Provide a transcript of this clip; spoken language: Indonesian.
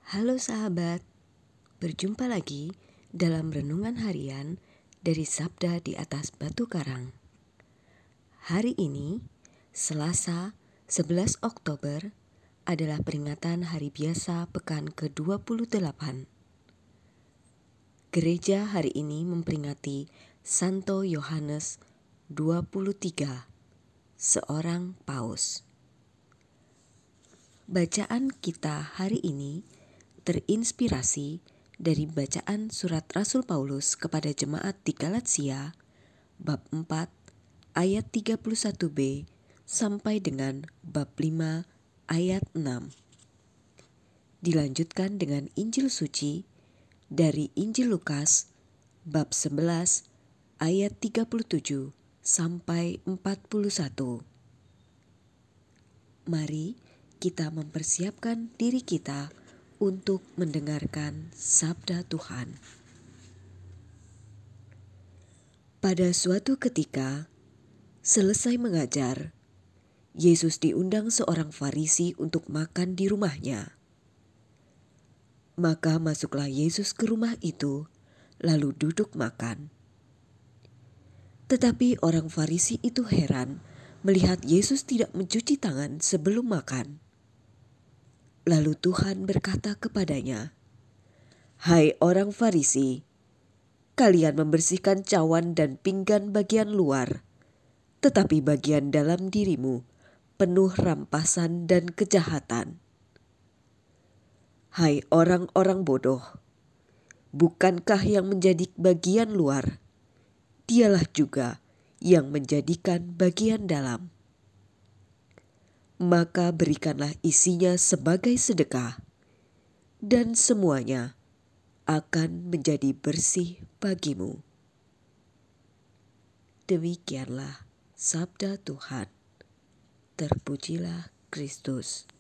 Halo sahabat, berjumpa lagi dalam renungan harian dari Sabda di atas Batu Karang. Hari ini, Selasa 11 Oktober, adalah peringatan hari biasa pekan ke-28. Gereja hari ini memperingati Santo Yohanes 23, seorang paus. Bacaan kita hari ini terinspirasi dari bacaan surat Rasul Paulus kepada jemaat di Galatia, bab 4, ayat 31b sampai dengan bab 5, ayat 6. Dilanjutkan dengan Injil Suci dari Injil Lukas, bab 11, ayat 37 sampai 41. Mari kita mempersiapkan diri kita untuk mendengarkan sabda Tuhan. Pada suatu ketika, selesai mengajar, Yesus diundang seorang Farisi untuk makan di rumahnya. Maka masuklah Yesus ke rumah itu, lalu duduk makan. Tetapi orang Farisi itu heran melihat Yesus tidak mencuci tangan sebelum makan. Lalu Tuhan berkata kepadanya, "Hai orang Farisi, kalian membersihkan cawan dan pinggan bagian luar, tetapi bagian dalam dirimu penuh rampasan dan kejahatan. Hai orang-orang bodoh, bukankah yang menjadi bagian luar, dialah juga yang menjadikan bagian dalam? Maka berikanlah isinya sebagai sedekah, dan semuanya akan menjadi bersih bagimu." Demikianlah sabda Tuhan. Terpujilah Kristus.